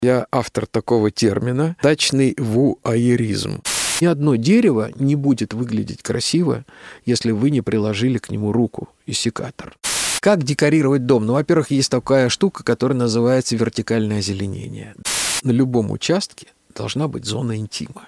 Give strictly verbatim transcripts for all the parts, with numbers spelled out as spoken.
Я автор такого термина «дачный вуайеризм». Ни одно дерево не будет выглядеть красиво, если вы не приложили к нему руку и секатор. Как декорировать дом? Ну, во-первых, есть такая штука, которая называется вертикальное озеленение. На любом участке должна быть зона интима.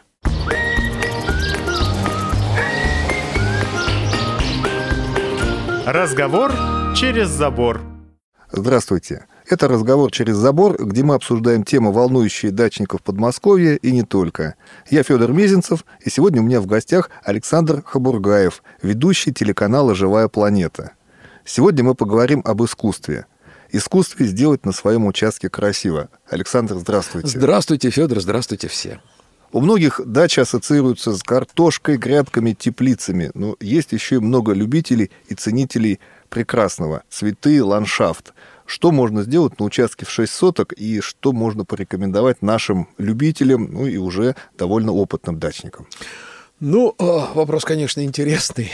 Разговор через забор. Здравствуйте. Это «Разговор через забор», где мы обсуждаем темы, волнующие дачников Подмосковья и не только. Я Федор Мезенцев, и сегодня у меня в гостях Александр Хабургаев, ведущий телеканала «Живая планета». Сегодня мы поговорим об искусстве. Искусстве сделать на своем участке красиво. Александр, здравствуйте. Здравствуйте, Федор, здравствуйте все. У многих дачи ассоциируются с картошкой, грядками, теплицами, но есть еще и много любителей и ценителей прекрасного. Цветы, ландшафт. Что можно сделать на участке в шесть соток и что можно порекомендовать нашим любителям, ну и уже довольно опытным дачникам? Ну, вопрос, конечно, интересный.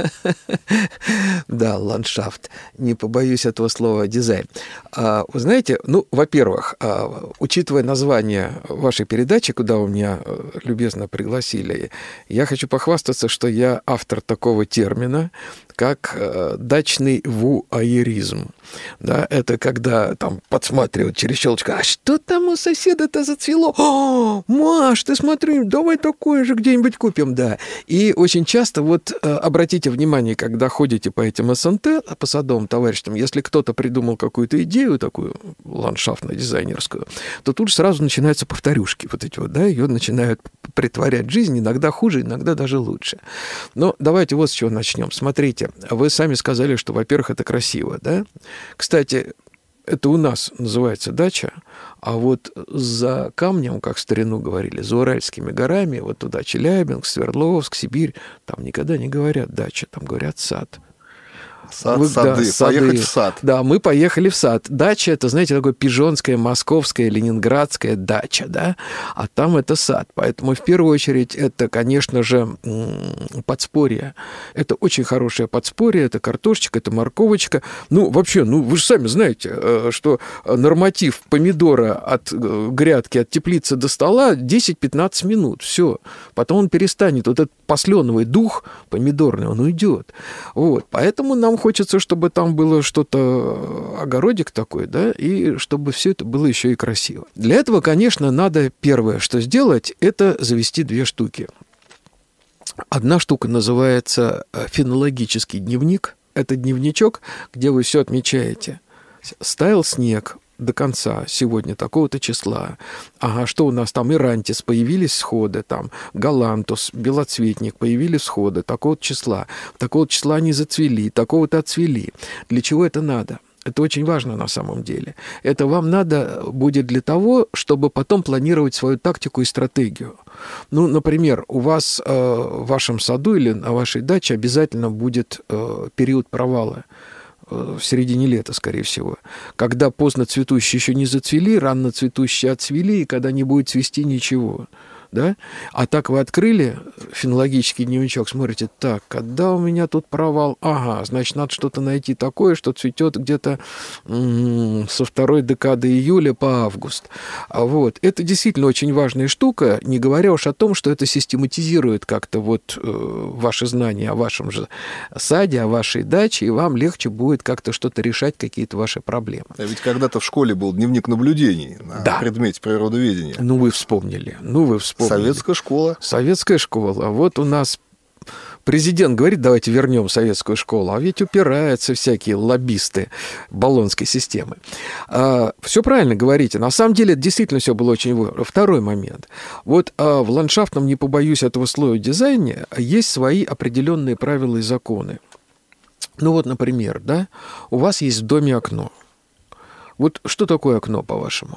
Да, ландшафт. Не побоюсь этого слова, дизайн. Вы знаете, ну, во-первых, учитывая название вашей передачи, куда вы меня любезно пригласили, я хочу похвастаться, что я автор такого термина, как дачный вуайеризм. Да, это когда там подсматривают через щелочку, а что там у соседа-то зацвело? О, Маш, ты смотри, давай такое же где-нибудь купим, да. И очень часто, вот обратите внимание, когда ходите по этим СНТ, по садовым товарищам, если кто-то придумал какую-то идею такую ландшафтно-дизайнерскую, то тут же сразу начинаются повторюшки вот эти вот, да, ее начинают притворять в жизнь, иногда хуже, иногда даже лучше. Но давайте вот с чего начнем. Смотрите, вы сами сказали, что, во-первых, это красиво, да? Кстати, это у нас называется дача, а вот за камнем, как в старину говорили, за Уральскими горами, вот туда Челябинск, Свердловск, Сибирь, там никогда не говорят дача, там говорят сад. Сад, Вы, сады, да, сады. Поехать в сад. Да, мы поехали в сад. Дача — это, знаете, такое пижонская, московская, ленинградская дача, да, а там это сад. Поэтому, в первую очередь, это, конечно же, подспорье. Это очень хорошее подспорье, это картошечка, это морковочка. Ну, вообще, ну, вы же сами знаете, что норматив помидора от грядки, от теплицы до стола десять-пятнадцать минут. Все. Потом он перестанет. Вот этот посленовый дух помидорный, он уйдет. Вот. Поэтому нам хочется, чтобы там было что-то, огородик такой, да, и чтобы все это было еще и красиво. Для этого, конечно, надо первое, что сделать, это завести две штуки. Одна штука называется фенологический дневник. Это дневничок, где вы все отмечаете. Стаял снег до конца сегодня такого-то числа. Ага, что у нас там? Ирантис, появились всходы, там, галантус, белоцветник, появились всходы такого-то числа. Такого числа они зацвели, такого-то отцвели. Для чего это надо? Это очень важно на самом деле. Это вам надо будет для того, чтобы потом планировать свою тактику и стратегию. Ну, например, у вас э, в вашем саду или на вашей даче обязательно будет э, период провала. В середине лета, скорее всего, когда поздно цветущие еще не зацвели, рано цветущие отцвели, и когда не будет цвести ничего. Да? А так вы открыли фенологический дневничок, смотрите, так, когда у меня тут провал? Ага, значит, надо что-то найти такое, что цветет где-то м-м, со второй декады июля по август. А вот, это действительно очень важная штука, не говоря уж о том, что это систематизирует как-то вот э, ваши знания о вашем же саде, о вашей даче, и вам легче будет как-то что-то решать, какие-то ваши проблемы. А ведь когда-то в школе был дневник наблюдений на да. предмете природоведения. Ну, вы вспомнили, ну, вы вспомнили. Советская школа. Советская школа. Вот у нас президент говорит, давайте вернем советскую школу, а ведь упираются всякие лоббисты Болонской системы. А, все правильно говорите. На самом деле, действительно все было очень важно. Второй момент. Вот а, в ландшафтном, не побоюсь этого слоя, дизайне есть свои определенные правила и законы. Ну вот, например, да, у вас есть в доме окно. Вот что такое окно, по-вашему?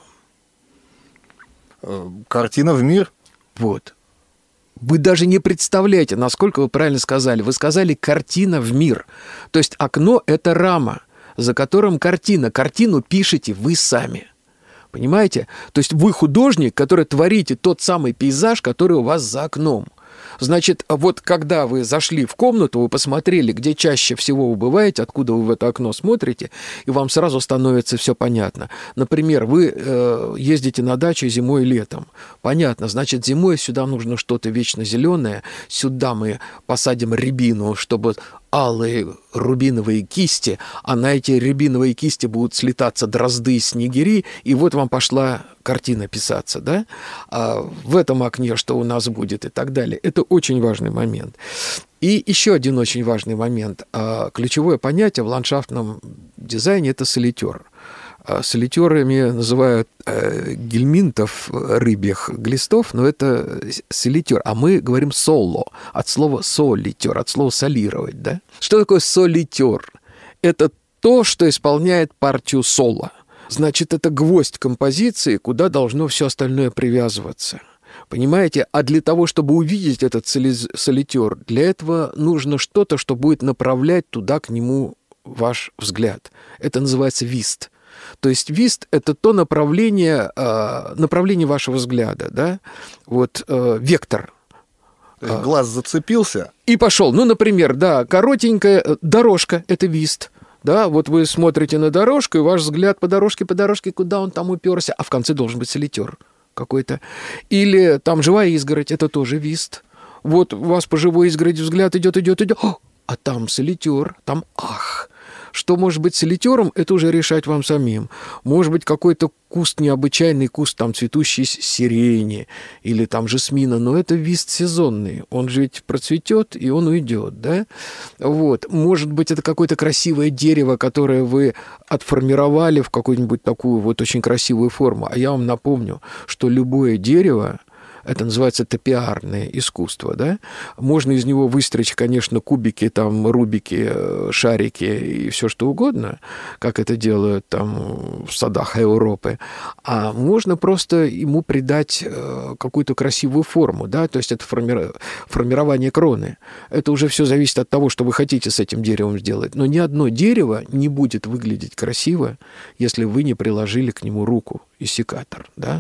Картина в мир. Вот. Вы даже не представляете, насколько вы правильно сказали. Вы сказали «картина в мир». То есть окно – это рама, за которым картина. Картину пишете вы сами. Понимаете? То есть вы художник, который творите тот самый пейзаж, который у вас за окном. Значит, вот когда вы зашли в комнату, вы посмотрели, где чаще всего вы бываете, откуда вы в это окно смотрите, и вам сразу становится все понятно. Например, вы э, ездите на дачу зимой и летом. Понятно, значит, зимой сюда нужно что-то вечно зеленое, сюда мы посадим рябину, чтобы алые рубиновые кисти, а на эти рябиновые кисти будут слетаться дрозды и снегири, и вот вам пошла картина писаться, да? А в этом окне что у нас будет и так далее. Это очень важный момент. И еще один очень важный момент. Ключевое понятие в ландшафтном дизайне – это солитер. Солитерами называют э, гельминтов рыбьих глистов, но это солитер. А мы говорим соло, от слова солитер, от слова солировать. Да? Что такое солитер? Это то, что исполняет партию соло. Значит, это гвоздь композиции, куда должно все остальное привязываться. Понимаете? А для того, чтобы увидеть этот солитер, для этого нужно что-то, что будет направлять туда к нему ваш взгляд. Это называется вист. То есть вист – это то направление, направление вашего взгляда, да? Вот вектор. Глаз зацепился. И пошел. Ну, например, да, коротенькая дорожка – это вист. Да, вот вы смотрите на дорожку, и ваш взгляд по дорожке, по дорожке, куда он там уперся, а в конце должен быть солитер какой-то. Или там живая изгородь – это тоже вист. Вот у вас по живой изгороди взгляд идет, идет, идет, а там солитер, там ах. Что может быть солитером, это уже решать вам самим. Может быть, какой-то куст, необычайный куст, там, цветущей сирени или там жасмина, но это вист сезонный. Он же ведь процветет, и он уйдет, да? Вот. Может быть, это какое-то красивое дерево, которое вы отформировали в какую-нибудь такую вот очень красивую форму. А я вам напомню, что любое дерево, это называется топиарное искусство, да? Можно из него выстричь, конечно, кубики, там, рубики, шарики и все что угодно, как это делают там в садах Европы. А можно просто ему придать какую-то красивую форму, да? То есть это форми... формирование кроны. Это уже все зависит от того, что вы хотите с этим деревом сделать. Но ни одно дерево не будет выглядеть красиво, если вы не приложили к нему руку и секатор, да?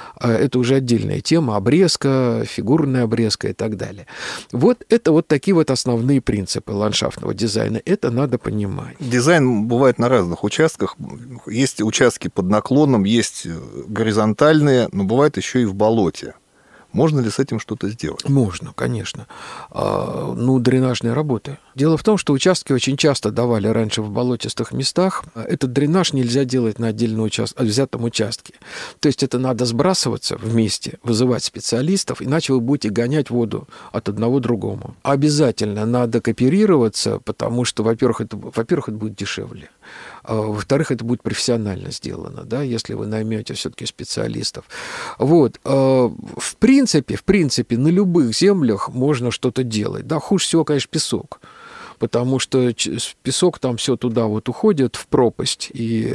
Это уже отдельная тема, обрезка, фигурная обрезка и так далее. Вот это вот такие вот основные принципы ландшафтного дизайна. Это надо понимать. Дизайн бывает на разных участках. Есть участки под наклоном, есть горизонтальные, но бывает еще и в болоте. Можно ли с этим что-то сделать? Можно, конечно. А, ну, дренажные работы. Дело в том, что участки очень часто давали раньше в болотистых местах. Этот дренаж нельзя делать на отдельно участ... взятом участке. То есть это надо сбрасываться вместе, вызывать специалистов, иначе вы будете гонять воду от одного к другому. Обязательно надо кооперироваться, потому что, во-первых, это, во-первых, это будет дешевле. Во-вторых, это будет профессионально сделано, да, если вы наймете все-таки специалистов. Вот. В принципе, в принципе, на любых землях можно что-то делать. Да, хуже всего, конечно, песок. Потому что песок там все туда вот уходит в пропасть. И,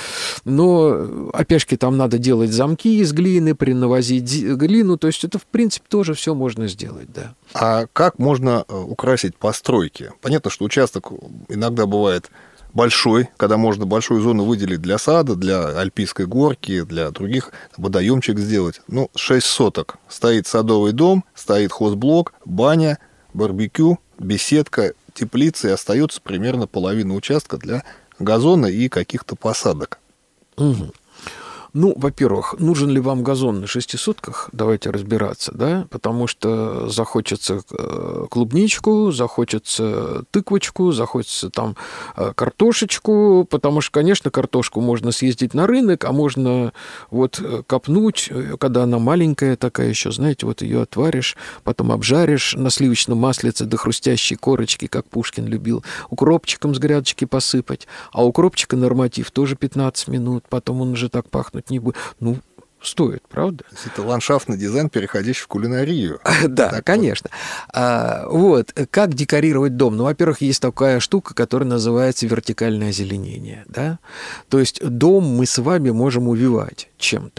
но, опять же, там надо делать замки из глины, принавозить глину. То есть это, в принципе, тоже все можно сделать, да. А как можно украсить постройки? Понятно, что участок иногда бывает большой, когда можно большую зону выделить для сада, для альпийской горки, для других, водоемчик сделать. Ну, шесть соток. Стоит садовый дом, стоит хозблок, баня, барбекю, беседка, теплица, и остается примерно половина участка для газона и каких-то посадок. Угу. Ну, во-первых, нужен ли вам газон на шести сотках? Давайте разбираться, да? Потому что захочется клубничку, захочется тыквочку, захочется там картошечку, потому что, конечно, картошку можно съездить на рынок, а можно вот копнуть, когда она маленькая такая еще, знаете, вот ее отваришь, потом обжаришь на сливочном маслице до хрустящей корочки, как Пушкин любил, укропчиком с грядочки посыпать, а укропчика норматив тоже пятнадцать минут, потом он уже так пахнет не будет. Ну, стоит, правда? То есть это ландшафтный дизайн, переходящий в кулинарию. Да, так конечно. Вот. А, вот. Как декорировать дом? Ну, во-первых, есть такая штука, которая называется вертикальное озеленение. Да? То есть дом мы с вами можем увивать чем-то.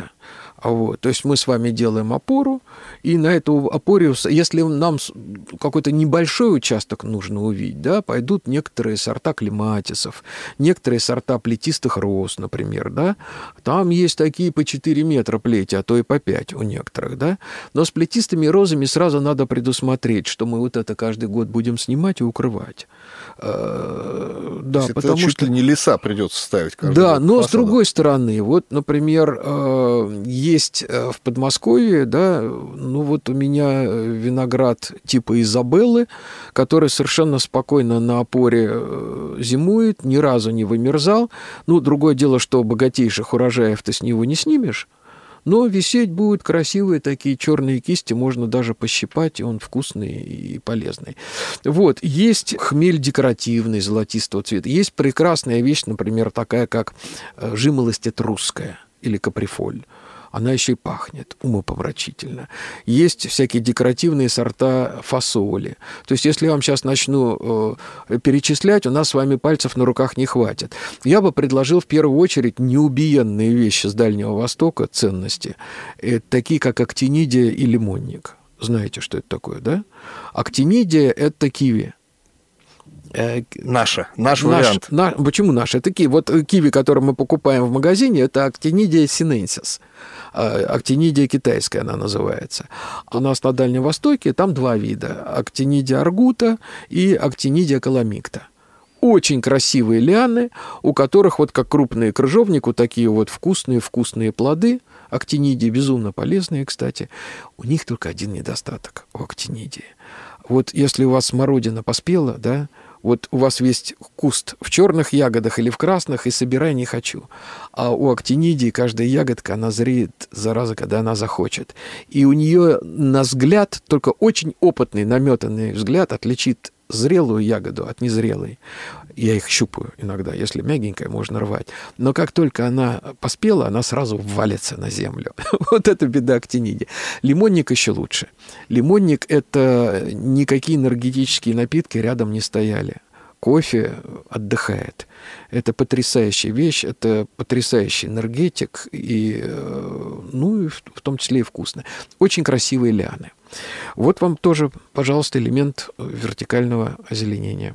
Вот. То есть мы с вами делаем опору, и на эту опоре, если нам какой-то небольшой участок нужно увидеть, да, пойдут некоторые сорта клематисов, некоторые сорта плетистых роз, например, да, там есть такие по четыре метра плети, а то и по пять у некоторых, да, но с плетистыми розами сразу надо предусмотреть, что мы вот это каждый год будем снимать и укрывать. Да, это потому чуть что... ли не леса придется ставить. Да, год но фасада. С другой стороны, вот, например, есть в Подмосковье, да, ну вот у меня виноград типа Изабеллы, который совершенно спокойно на опоре зимует, ни разу не вымерзал. Ну, другое дело, что богатейших урожаев ты с него не снимешь, но висеть будут красивые такие черные кисти, можно даже пощипать, и он вкусный и полезный. Вот, есть хмель декоративный, золотистого цвета. Есть прекрасная вещь, например, такая, как жимолость этрусская или каприфоль. Она еще и пахнет умопомрачительно. Есть всякие декоративные сорта фасоли. То есть, если я вам сейчас начну э, перечислять, у нас с вами пальцев на руках не хватит. Я бы предложил в первую очередь неубиенные вещи с Дальнего Востока, ценности, э, такие как актинидия и лимонник. Знаете, что это такое, да? Актинидия – это киви. Наша, наш, наш вариант. На, почему наш? Это киви. Вот киви, который мы покупаем в магазине, это Actinidia sinensis. Actinidia китайская она называется. У нас на Дальнем Востоке там два вида. Actinidia arguta и Actinidia calamicta. Очень красивые лианы, у которых вот как крупные крыжовнику такие вот вкусные-вкусные плоды. Актинидии безумно полезные, кстати. У них только один недостаток у актинидии. Вот если у вас смородина поспела, да, вот у вас есть куст в черных ягодах или в красных, и собирай не хочу. А у актинидии каждая ягодка, она зреет, зараза, когда она захочет. И у нее на взгляд, только очень опытный, наметанный взгляд отличит зрелую ягоду от незрелой. Я их щупаю иногда. Если мягенькая, можно рвать. Но как только она поспела, она сразу валится на землю. Вот это беда актинидии. Лимонник еще лучше. Лимонник – это никакие энергетические напитки рядом не стояли. Кофе отдыхает. Это потрясающая вещь, это потрясающий энергетик, и, ну, и в том числе и вкусно. Очень красивые лианы. Вот вам тоже, пожалуйста, элемент вертикального озеленения.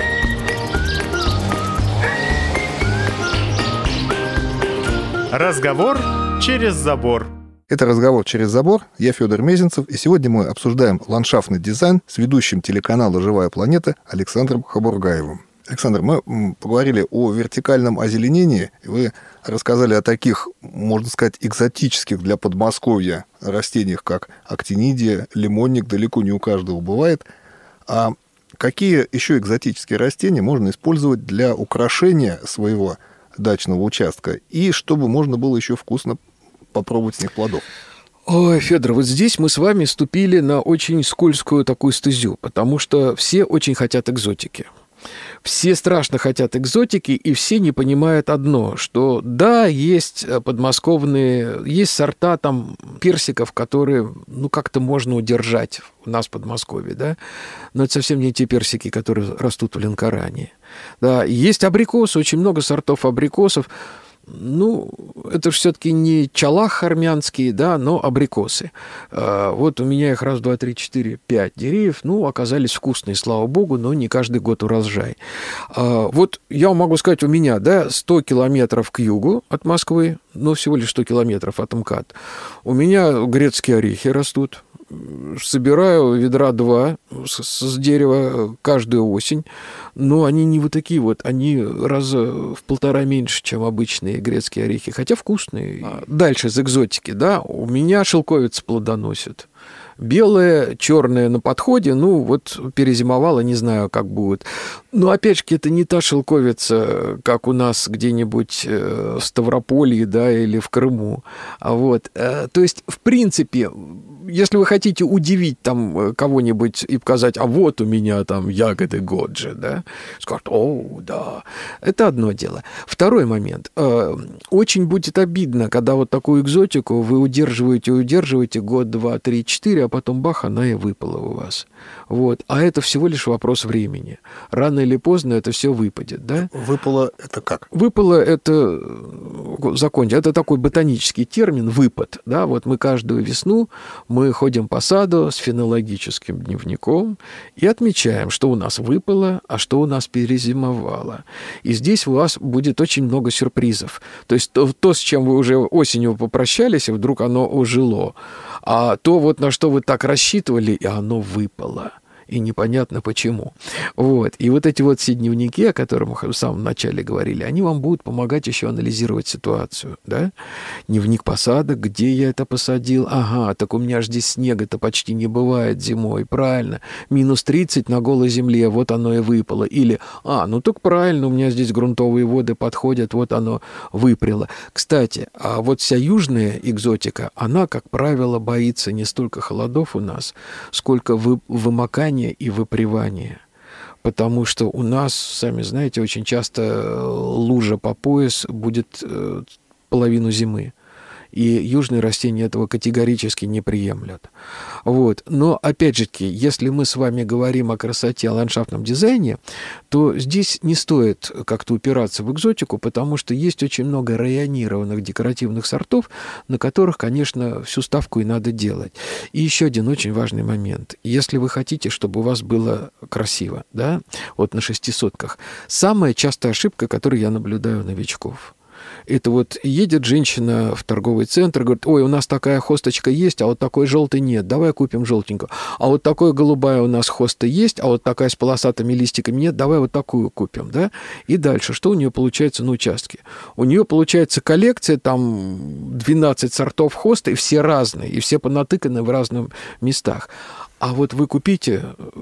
Разговор через забор. Это «Разговор через забор». Я Федор Мезенцев, и сегодня мы обсуждаем ландшафтный дизайн с ведущим телеканала «Живая планета» Александром Хабургаевым. Александр, мы поговорили о вертикальном озеленении, и вы рассказали о таких, можно сказать, экзотических для Подмосковья растениях, как актинидия, лимонник, далеко не у каждого бывает. А какие еще экзотические растения можно использовать для украшения своего дачного участка, и чтобы можно было еще вкусно попробовать с них плодов? Ой, Федор, вот здесь мы с вами ступили на очень скользкую такую стезю, потому что все очень хотят экзотики. Все страшно хотят экзотики, и все не понимают одно, что да, есть подмосковные, есть сорта там персиков, которые, ну, как-то можно удержать у нас в Подмосковье, да, но это совсем не те персики, которые растут в Ленкоране. Да, есть абрикосы, очень много сортов абрикосов. Ну, это же все-таки не чалах армянские, да, но абрикосы. Вот у меня их раз, два, три, четыре, пять деревьев, ну, оказались вкусные, слава богу, но не каждый год урожай. Вот я могу сказать, у меня, да, сто километров к югу от Москвы, ну, всего лишь сто километров от МКАД. У меня грецкие орехи растут. Собираю ведра два с, с дерева каждую осень, но они не вот такие вот, они раза в полтора меньше, чем обычные грецкие орехи, хотя вкусные. Дальше из экзотики, да, у меня шелковица плодоносит. Белая, черная на подходе, ну, вот перезимовала, не знаю, как будет. Но, опять же, это не та шелковица, как у нас где-нибудь в Ставрополье, да, или в Крыму. Вот. То есть, в принципе, если вы хотите удивить там кого-нибудь и показать, а вот у меня там ягоды Годжи, да, скажут, о, да, это одно дело. Второй момент. Очень будет обидно, когда вот такую экзотику вы удерживаете, удерживаете год, два, три, четыре, а потом бах, она и выпала у вас. Вот. А это всего лишь вопрос времени. Рано или поздно это все выпадет, да? Выпало это как? Выпало это, закончить, это такой ботанический термин, выпад, да, вот мы каждую весну, мы ходим по саду с фенологическим дневником и отмечаем, что у нас выпало, а что у нас перезимовало. И здесь у вас будет очень много сюрпризов. То есть то, то с чем вы уже осенью попрощались, и вдруг оно ожило. А то, вот на что вы так рассчитывали, и оно выпало. И непонятно почему. Вот. И вот эти вот все дневники, о которых мы в самом начале говорили, они вам будут помогать еще анализировать ситуацию. Да? Дневник посадок, где я это посадил? Ага, так у меня же здесь снега-то почти не бывает зимой. Правильно. минус тридцать на голой земле, вот оно и выпало. Или, а, ну так правильно, у меня здесь грунтовые воды подходят, вот оно выпрело. Кстати, а вот вся южная экзотика, она, как правило, боится не столько холодов у нас, сколько вы, вымокания и выпривание. Потому что у нас, сами знаете, очень часто лужа по пояс будет половину зимы. И южные растения этого категорически не приемлят. Вот. Но, опять же таки, если мы с вами говорим о красоте, о ландшафтном дизайне, то здесь не стоит как-то упираться в экзотику, потому что есть очень много районированных декоративных сортов, на которых, конечно, всю ставку и надо делать. И еще один очень важный момент. Если вы хотите, чтобы у вас было красиво, да, вот на шестисотках, самая частая ошибка, которую я наблюдаю у новичков – это вот едет женщина в торговый центр, говорит, ой, у нас такая хосточка есть, а вот такой желтой нет, давай купим желтенькую. А вот такая голубая у нас хоста есть, а вот такая с полосатыми листиками нет, давай вот такую купим, да? И дальше, что у нее получается на участке? У нее получается коллекция, там двенадцать сортов хоста, и все разные, и все понатыканы в разных местах. А вот вы купите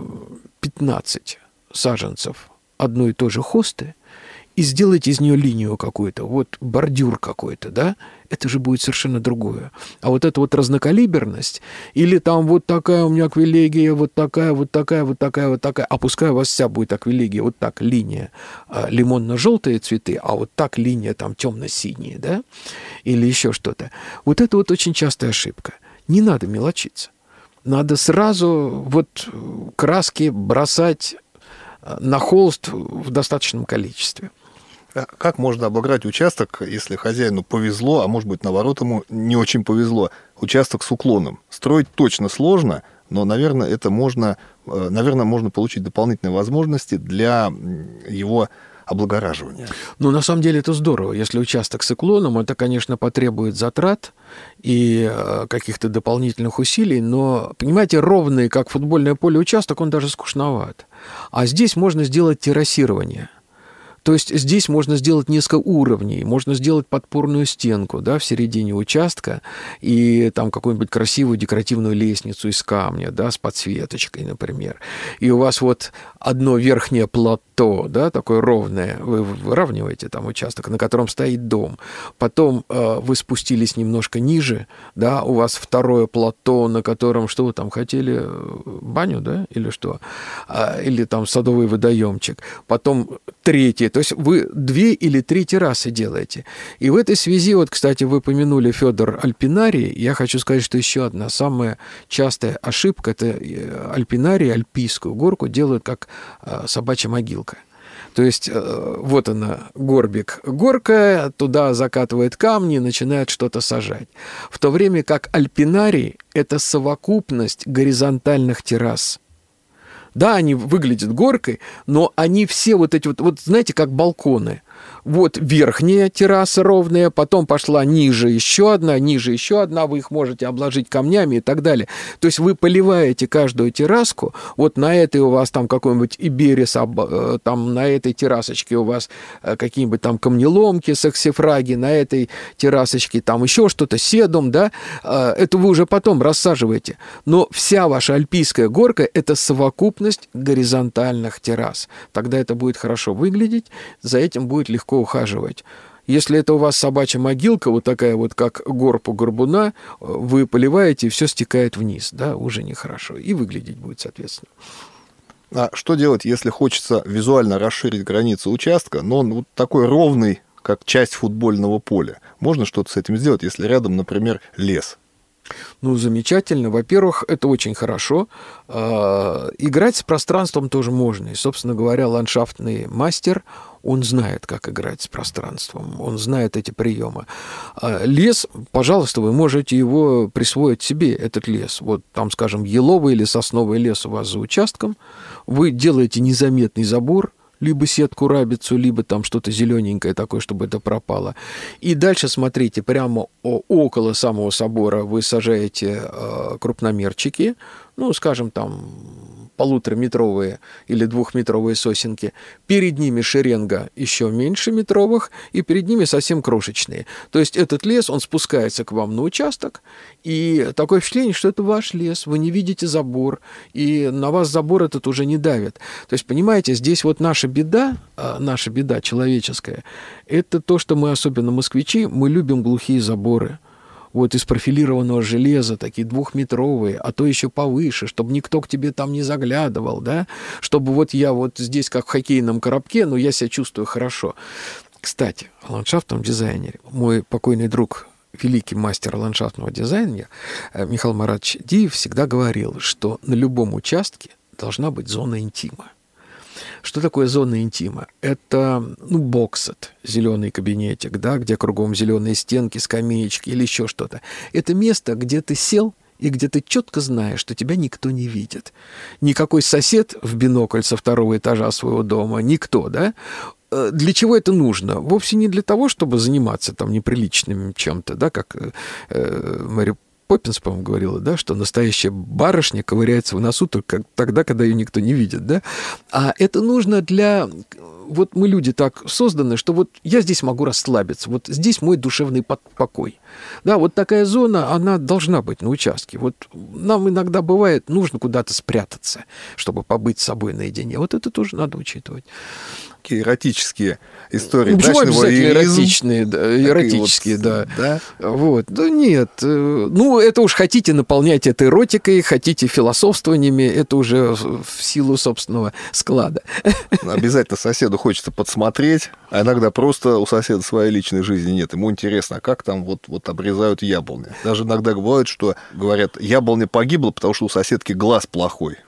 пятнадцать саженцев одной и той же хосты, и сделайте из нее линию какую-то, вот бордюр какой-то, да, это же будет совершенно другое. А вот эта вот разнокалиберность, или там вот такая у меня аквилегия, вот такая, вот такая, вот такая, вот такая, а пускай у вас вся будет аквилегия, вот так линия а, лимонно-желтые цветы, а вот так линия там темно-синие, да, или еще что-то. Вот это вот очень частая ошибка. Не надо мелочиться. Надо сразу вот краски бросать на холст в достаточном количестве. Как можно обыграть участок, если хозяину повезло, а может быть, наоборот, ему не очень повезло, участок с уклоном? Строить точно сложно, но, наверное, это можно, наверное, можно получить дополнительные возможности для его облагораживания. Ну, на самом деле это здорово. Если участок с уклоном, это, конечно, потребует затрат и каких-то дополнительных усилий, но, понимаете, ровный, как футбольное поле, участок, он даже скучноват. А здесь можно сделать террасирование. То есть здесь можно сделать несколько уровней, можно сделать подпорную стенку, да, в середине участка и там какую-нибудь красивую декоративную лестницу из камня, да, с подсветочкой, например. И у вас вот одно верхнее плато, да, такое ровное, вы выравниваете там участок, на котором стоит дом. Потом э, вы спустились немножко ниже, да, у вас второе плато, на котором, что вы там хотели, баню, да, или что? А, или там садовый водоемчик. Потом третье. То есть вы две или три террасы делаете. И в этой связи, вот, кстати, вы помянули Федор Альпинарий. Я хочу сказать, что еще одна самая частая ошибка – это альпинарий, альпийскую горку делают как собачья могилка. То есть вот она, горбик, горка, туда закатывает камни, начинает что-то сажать. В то время как альпинарий – это совокупность горизонтальных террас. Да, они выглядят горкой, но они все вот эти вот, вот знаете, как балконы. Вот верхняя терраса ровная, потом пошла ниже еще одна, ниже еще одна, вы их можете обложить камнями и так далее. То есть вы поливаете каждую терраску, вот на этой у вас там какой-нибудь иберис, там на этой террасочке у вас какие-нибудь там камнеломки, саксифраги, на этой террасочке там еще что-то, седум, да, это вы уже потом рассаживаете. Но вся ваша альпийская горка – это совокупность горизонтальных террас. Тогда это будет хорошо выглядеть, за этим будет легко ухаживать. Если это у вас собачья могилка, вот такая вот, как горб у горбуна, вы поливаете, и все стекает вниз, да, уже нехорошо. И выглядеть будет, соответственно. А что делать, если хочется визуально расширить границу участка, но он вот такой ровный, как часть футбольного поля? Можно что-то с этим сделать, если рядом, например, лес? Ну, замечательно. Во-первых, это очень хорошо. Играть с пространством тоже можно. И, собственно говоря, ландшафтный мастер, он знает, как играть с пространством. Он знает эти приемы. Лес, пожалуйста, вы можете его присвоить себе, этот лес. Вот там, скажем, еловый или сосновый лес у вас за участком. Вы делаете незаметный забор, либо сетку рабицу, либо там что-то зелененькое такое, чтобы это пропало. И дальше, смотрите, прямо около самого собора вы сажаете э, крупномерчики, ну, скажем, там полутораметровые или двухметровые сосенки. Перед ними шеренга еще меньше метровых, и перед ними совсем крошечные. То есть этот лес, он спускается к вам на участок, и такое впечатление, что это ваш лес, вы не видите забор, и на вас забор этот уже не давит. То есть, понимаете, здесь вот наша беда, наша беда человеческая, это то, что мы, особенно москвичи, мы любим глухие заборы. Вот из профилированного железа, такие двухметровые, а то еще повыше, чтобы никто к тебе там не заглядывал, да, чтобы вот я вот здесь, как в хоккейном коробке, но я себя чувствую хорошо. Кстати, о ландшафтном дизайнере. Мой покойный друг, великий мастер ландшафтного дизайна Михаил Маратович Диев всегда говорил, что на любом участке должна быть зона интима. Что такое зона интима? Это, ну, боксет, зеленый кабинетик, да, где кругом зеленые стенки, скамеечки или еще что-то. Это место, где ты сел и где ты четко знаешь, что тебя никто не видит. Никакой сосед в бинокль со второго этажа своего дома, никто, да? Для чего это нужно? Вовсе не для того, чтобы заниматься там неприличным чем-то, да, как э, Мэри Поппинс, по-моему, говорила, да, что настоящая барышня ковыряется в носу только тогда, когда ее никто не видит, да. А это нужно для... Вот мы люди так созданы, что вот я здесь могу расслабиться, вот здесь мой душевный покой. Да, вот такая зона, она должна быть на участке. Вот нам иногда бывает, нужно куда-то спрятаться, чтобы побыть с собой наедине. Вот это тоже надо учитывать. Такие эротические истории. Ну, почему обязательно иризм? Эротичные, да, эротические, вот, да. да. Вот. Да нет. Ну, это уж хотите наполнять это эротикой, хотите философствованиями, это уже в силу собственного склада. Обязательно соседу хочется подсмотреть, а иногда просто у соседа своей личной жизни нет. Ему интересно, а как там вот, вот обрезают яблони. Даже иногда бывает, что говорят, яблоня погибла, потому что у соседки глаз плохой.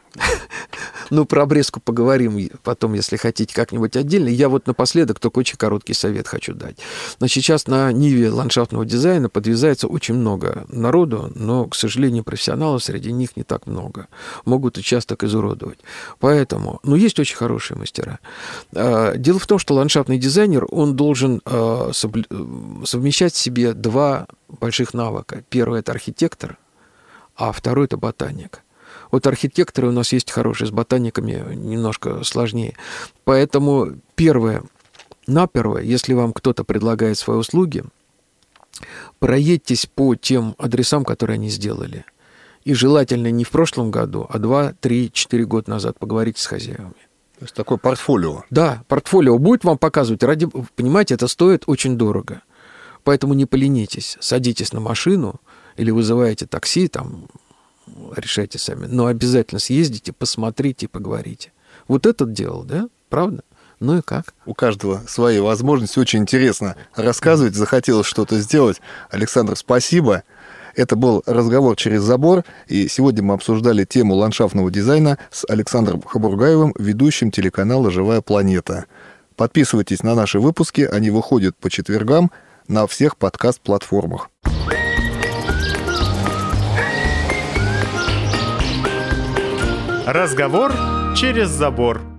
Ну, про обрезку поговорим потом, если хотите, как-нибудь отдельно. Я вот напоследок только очень короткий совет хочу дать. Значит, сейчас на ниве ландшафтного дизайна подвязается очень много народу, но, к сожалению, профессионалов среди них не так много. Могут участок изуродовать. Поэтому, ну, есть очень хорошие мастера. Дело в том, что ландшафтный дизайнер, он должен совмещать в себе два больших навыка. Первый – это архитектор, а второй – это ботаник. Вот архитекторы у нас есть хорошие, с ботаниками немножко сложнее. Поэтому первое, наперво, если вам кто-то предлагает свои услуги, проедьтесь по тем адресам, которые они сделали. И желательно не в прошлом году, а два, три, четыре года назад поговорите с хозяевами. То есть такое портфолио. Да, портфолио будет вам показывать. Ради, понимаете, это стоит очень дорого. Поэтому не поленитесь, садитесь на машину или вызываете такси, там... решайте сами. Но обязательно съездите, посмотрите и поговорите. Вот это дело, да? Правда? Ну и как? У каждого свои возможности. Очень интересно рассказывать. Захотелось что-то сделать. Александр, спасибо. Это был разговор через забор. И сегодня мы обсуждали тему ландшафтного дизайна с Александром Хабургаевым, ведущим телеканала «Живая планета». Подписывайтесь на наши выпуски. Они выходят по четвергам на всех подкаст-платформах. Разговор через забор.